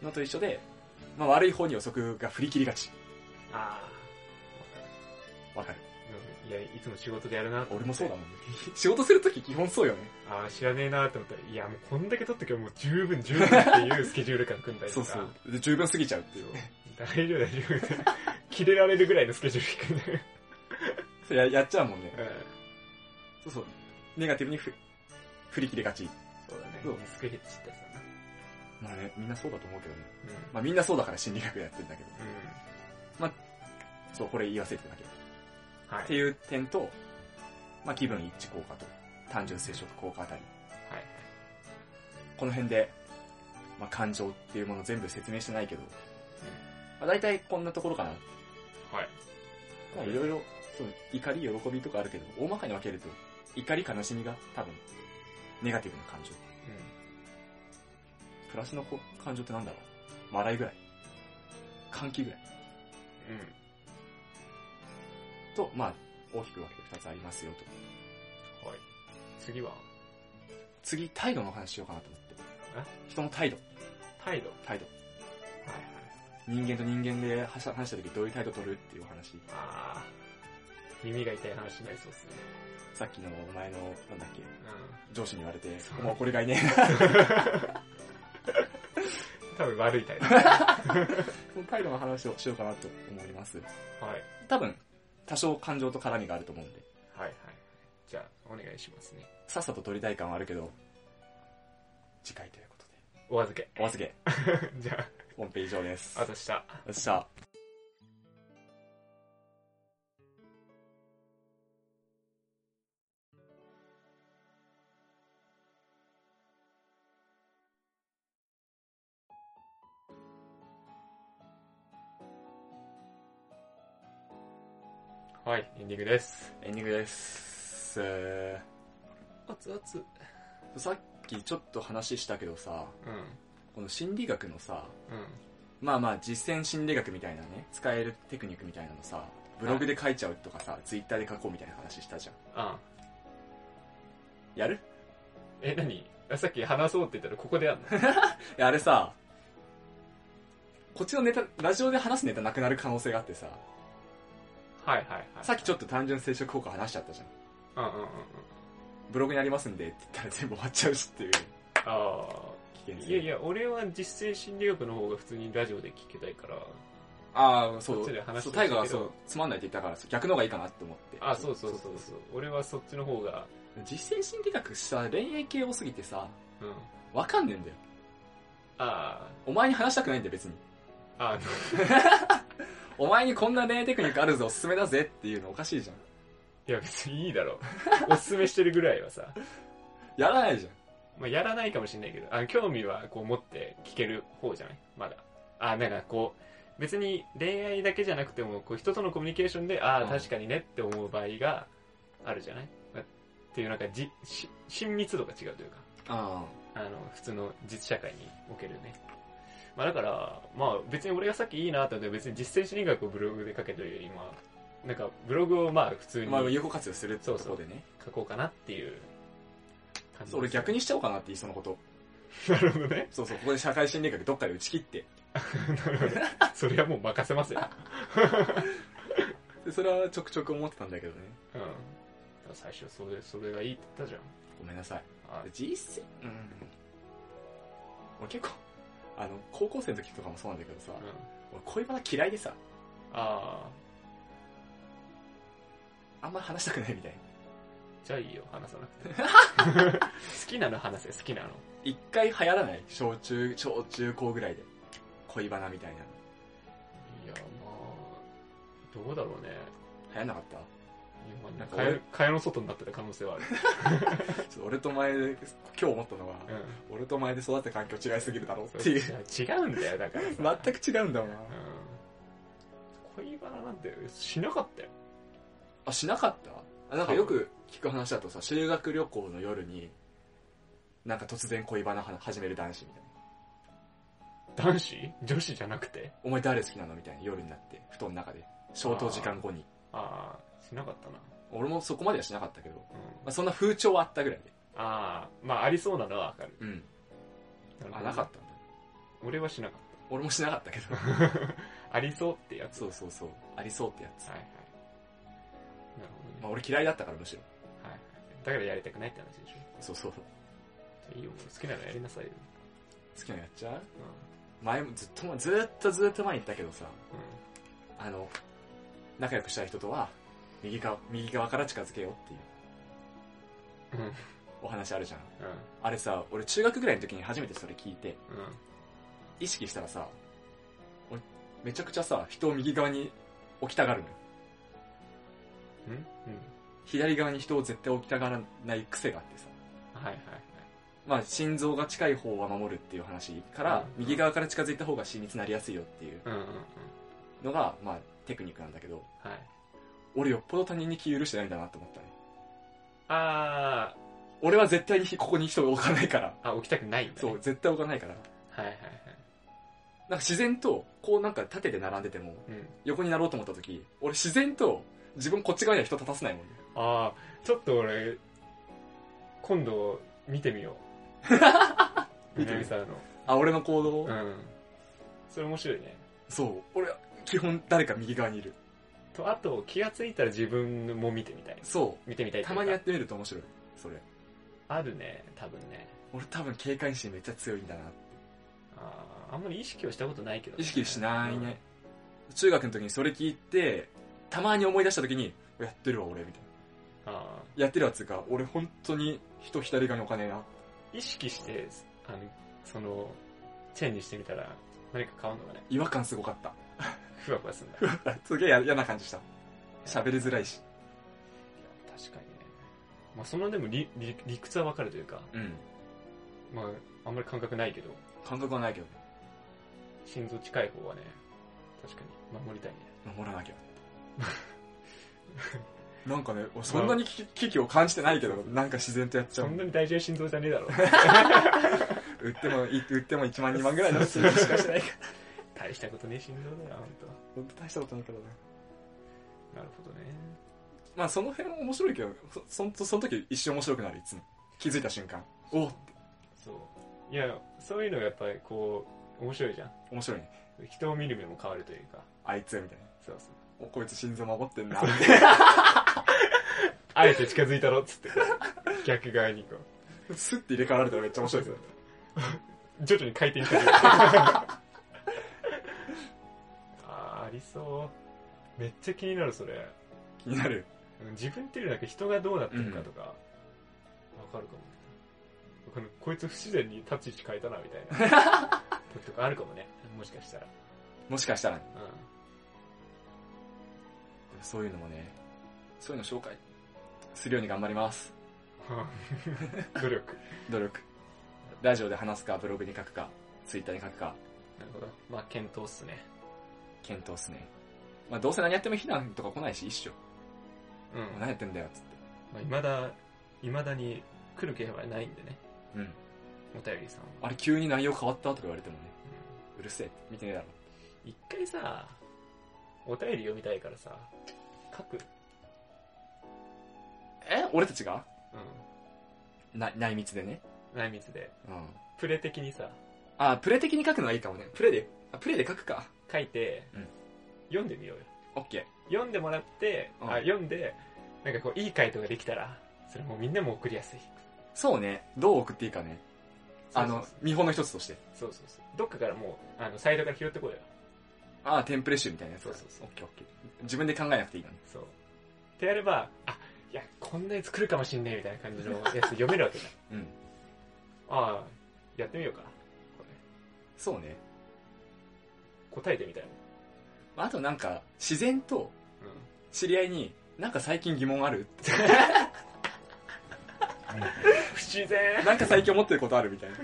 のと一緒で、まあ悪い方に予測が振り切りがち。ああ。わかる。 いや、いつも仕事でやるなって。 俺もそうだもんね。仕事するとき基本そうよね。 ああ、知らねえなって思ったら、いや、もうこんだけ取っとけばもう十分十分っていうスケジュール感組んだりとか。 そうそう。で、十分過ぎちゃうっていう。 大丈夫大丈夫。切れられるぐらいのスケジュール組んで。 そうや、やっちゃうもんね。うん、そうそう。ネガティブにふ振り切りがち。 そうだね。リスクヘッジってやつだな。 まあね、みんなそうだと思うけどね。うん、まあみんなそうだから心理学やってるんだけど。うん、まあ、そう、これ言わせてだけ。はい。っていう点と、まあ気分一致効果と、単純接触効果あたり。はい。この辺で、まあ感情っていうもの全部説明してないけど、うん、まあ大体こんなところかな。はい。まあいろいろ、そう、怒り、喜びとかあるけど、大まかに分けると、怒り、悲しみが多分、ネガティブな感情。うん。プラスの感情ってなんだろう。笑いぐらい。歓喜ぐらい。うん。と、まあ、大きく分けて二つありますよと。 はい。次は次、態度の話しようかなと思って。え？人の態度。 態度態度。はいはい。人間と人間で話した時どういう態度取るっていうお話。ああ。 耳が痛い話になりそうですね。 さっきのお前の、なんだっけ、うん、上司に言われて、もうこれがいねえな。 多分悪い態度。 その態度の話をしようかなと思います。はい。多分、多少感情と絡みがあると思うんで。 はいはい。じゃあ、お願いしますね。 さっさと取りたい感はあるけど、次回ということで。 お預け。 お預け。 じゃあ、 本編以上です。 あとした。 あとした。 はい、エンディングです。 エンディングです。えー、熱々。 さっきちょっと話したけどさ、うん、この心理学のさ、うん、まあまあ実践心理学みたいなね、使えるテクニックみたいなのさ、ブログで書いちゃうとかさ、ツイッターで書こうみたいな話したじゃん。ああ。やる？ え、何？さっき話そうって言ったらここでやんの？いや、あれさ、こっちのネタ、ラジオで話すネタなくなる可能性があってさ、 はいはいはい。 さっきちょっと単純接触効果話しちゃったじゃん。うんうんうんうん。ブログにありますんでって言ったら全部終わっちゃうしっていう。ああ。危険性。 いやいや、俺は実践心理学の方が普通にラジオで聞けたいから。 ああ、そう。そう、タイガーはそう、つまんないって言ったから、逆の方がいいかなって思って。 あ、そうそうそうそう。俺はそっちの方が。 実践心理学さ、恋愛系多すぎてさ、うん。わかんねえんだよ。ああ。お前に話したくないんだよ、別に。ああ。お前にこんな恋愛テクニックあるぞ、おすすめだぜっていうのおかしいじゃん。 いや別にいいだろ。おすすめしてるぐらいはさ。 やらないじゃん。 まあやらないかもしれないけど、あ興味はこう持って聞ける方じゃないまだ。あなんかこう、別に恋愛だけじゃなくても、こう人とのコミュニケーションで、ああ、確かにねって思う場合があるじゃないっていうなんかじ、し親密度が違うというか。ああの、普通の実社会におけるね。まあだから、まあ別に俺がさっきいいなと思って別に実践心理学をブログで書けというより、まあ、なんかブログをまあ普通に。 まあ有効活用するってことでね。 書こうかなっていう感じ。俺逆にしちゃおうかなって言いそのこと。 なるほどね。 そうそう、ここで社会心理学どっかで打ち切って。 なるほど。それはもう任せますよ。 でそれはちょくちょく思ってたんだけどね。うん。 最初それ、それがいいって言ったじゃん。 ごめんなさい。 あ実際、うん。俺結構、あの、高校生の時とかもそうなんだけどさ、 うん、 俺恋バナ嫌いでさ、 ああんま話したくないみたいな。 じゃあいいよ、話さなくて。好きなの話せ、好きなの。 一回流行らない小中、小中高ぐらいで。恋バナみたいな。 いや、まあ、どうだろうね。 流行んなかったなんか蚊帳蚊帳の外になってた可能性はある。 ちょっと俺と前で、今日思ったのは、うん、俺と前で育った環境違いすぎるだろうっていう。 違うんだよ、だからさ。全く違うんだもんな。 うん、恋バナなんてしなかったよ。 あ、しなかった？なんかよく聞く話だとさ、修学旅行の夜に、なんか突然恋バナ始める男子みたいな。男子？女子じゃなくて？ お前誰好きなのみたいな夜になって、布団の中で。消灯時間後に。 ああ。しなかったな。 俺もそこまではしなかったけど、うん、まあ、そんな風潮はあったぐらいで。 ああ、まあありそうなのはわかる。 うん。なあ、なかったんだ。 俺はしなかった。 俺もしなかったけど。 ありそうってやつ。 そうそうそう。ありそうってやつ。 はいはい。なるほどね。 まあ俺嫌いだったからむしろ。 はいはい。だからやりたくないって話でしょ。 そうそう。 いいよ、好きなのやりなさいよ。 好きなのやっちゃう？うん。前もずっと、ずっとずっと前に言ったけどさ、うん、あの、仲良くしたい人とは、右側、右側から近づけようっていう、うん、お話あるじゃん、うん、あれさ、俺中学ぐらいの時に初めてそれ聞いて、うん、意識したらさ、俺めちゃくちゃさ、人を右側に置きたがるのよ、うんうん、左側に人を絶対置きたがらない癖があってさ、はいはいはい、まあ心臓が近い方は守るっていう話から、うんうん、右側から近づいた方が親密になりやすいよっていうのが、まあテクニックなんだけど、はい、俺よっぽど他人に気許してないんだなと思ったね。あー、俺は絶対にここに人を置かないから。 あ、置きたくないんだ、ね、 そう、絶対置かないから。はいはいはい。なんか自然と、こうなんか縦で並んでても、うん、横になろうと思った時、俺自然と自分こっち側には人立たせないもんね。 あー、ちょっと俺、今度見てみよう。見てみさの。 あ、俺の行動？ うん。それ面白いね。 そう、俺、基本誰か右側にいる。 と、あと気がついたら自分も見てみたい。 そう。 見てみたい。 たまにやってみると面白い。それ。 あるね、多分ね。 俺多分警戒心めっちゃ強いんだなって。 ああ、あんまり意識をしたことないけど、ね。 意識しないね、うん。中学の時にそれ聞いて、たまに思い出した時に、やってるわ俺、みたいな。ああ。やってるわつうか、俺本当に人左側にお金な。 意識して、あの、その、チェンにしてみたら、何か変わるのかね。 違和感すごかった。 ふわふわすんだ。 すげえ嫌な感じした。喋りづらいし。 確かにね。まあそんなでも理、理、理屈はわかるというか。うん。まあ、あんまり感覚ないけど。 感覚はないけどね。 心臓近い方はね、確かに守りたいね。 守らなきゃ。なんかね、そんなに危機を感じてないけど、なんか自然とやっちゃう。 そんなに大事な心臓じゃねえだろ。 売っても、売ってもいちまんにまんぐらいの数字しかしてないから。 大したことねえ心臓だよ、ほんと。 ほんと大したことないけどね。 なるほどね。 まあその辺も面白いけど、そ, そ, その時一瞬面白くなる、いつも。気づいた瞬間。おっって。 そう。いや、そういうのがやっぱりこう、面白いじゃん。 面白いね。 人を見る目も変わるというか。 あいつみたいな。 そうそう。 お、こいつ心臓守ってんな。 あえて近づいたろっつって。逆側にこう。スッて入れ替わられたらめっちゃ面白いですよ。 徐々に回転してる。あー、ありそう。めっちゃ気になる、それ。 気になる。 自分っていうよりなんか人がどうなってるかとか、わ、うん、かるかも。このこいつ不自然に立ち位置変えたな、みたいな。時とかあるかもね。もしかしたら。 もしかしたらね。うん。そういうのもね、そういうの紹介するように頑張ります。 努力。 努力。ラジオで話すか、ブログに書くか、ツイッターに書くか。 なるほど。まあ、検討っすね。 検討っすね。まあ、どうせ何やっても非難とか来ないし、一緒。うん。何やってんだよ、つって。 まあ、未だ、未だに来る気配はないんでね。うん。お便りさんは。 あれ、急に内容変わったとか言われてもね。うん、うるせえって見てねえだろ。 一回さ、お便り読みたいからさ、書く。 え俺たちがうん。な、内密でね。 内密で。うん。プレ的にさ。 あ、プレ的に書くのはいいかもね。プレで、あ、プレで書くか。 書いて、うん、読んでみようよ。 オッケー。読んでもらって、うん、あ、読んで、なんかこう、いい回答ができたら、それもうみんなも送りやすい。 そうね。どう送っていいかね。あの、見本の一つとして。 そうそうそう。どっかからもう、あの、サイトから拾ってこいよ。 ああ、テンプレ集みたいなやつ。 そうそうそう。 オッケーオッケー。自分で考えなくていいのね。 そう。ってやれば、あ、いや、こんなに作るかもしんねえみたいな感じのやつ読めるわけだ。 うん。 ああ、やってみようか。これそうね。 答えてみたいあとなんか、自然と、 うん。 知り合いに、なんか最近疑問あるって。 不自然。 なんか最近思ってることあるみたいな。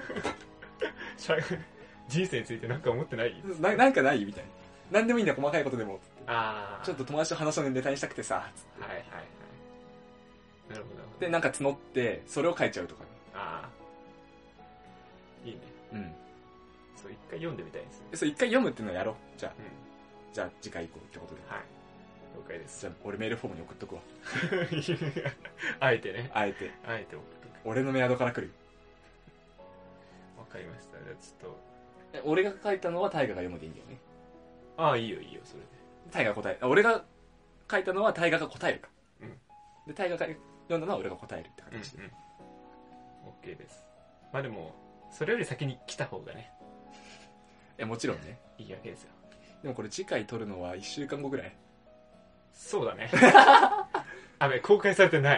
人生についてなんか思ってないななんかないみたいな。なんでもいいんだ、細かいことでも。 ああ。 ちょっと友達と話のネタにしたくてさ。つってはいはいはい。なるほど。 で、なんか募って、それを書いちゃうとか。 ああ。いいね。 うん。 そう、一回読んでみたいですね。 そう、一回読むっていうのをやろう。じゃあ、 うん。 じゃあ次回以降ってことで。 はい。了解です。 じゃあ、俺メールフォームに送っとくわ。 あえてね。 あえて。 あえて送っとく。 俺のメアドから来るよ。 わかりました。じゃあちょっと。 え俺が書いたのはタイガが読むでいいんだよね。 ああ、いいよいいよ、それで。 タイガが答え、俺が書いたのはタイガが答えるか。 うん。 で、タイガが読んだのは俺が答えるって形で。 うん、うん。OK です。まあでも、それより先に来た方がね。 え、もちろんね。 いいわけですよ。 でもこれ次回撮るのはいっしゅうかんごぐらい。 そうだね。あべ、公開されてない。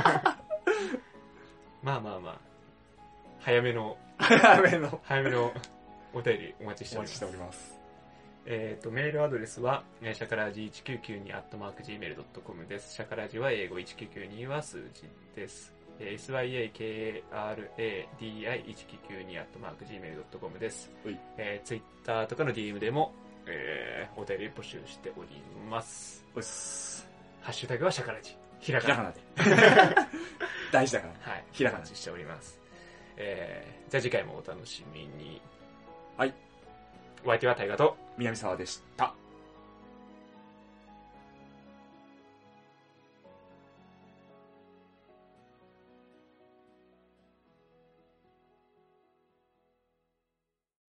まあまあまあ。早めの、 早めの、 早めのお便りお待ちしております。 お待ちしております。 えっと、メールアドレスは、シャカラジいちきゅうきゅうにアットマークジーメールドットコム です。シャカラジは英語いちきゅうきゅうには数字です。エスワイエーケーアールエーディーアイいちきゅうきゅうにアットマークジーメールドットコム です。えー、ツイッターとかの ディーエム でも、えー、お便り募集しております。 おっす。 ハッシュタグはシャカラジ。ひらひらがな。 がなで。大事だから。 はい。 ひらがなお待ちしております。えー、じゃあ次回もお楽しみに。 はい。 お相手は大河と南沢でした。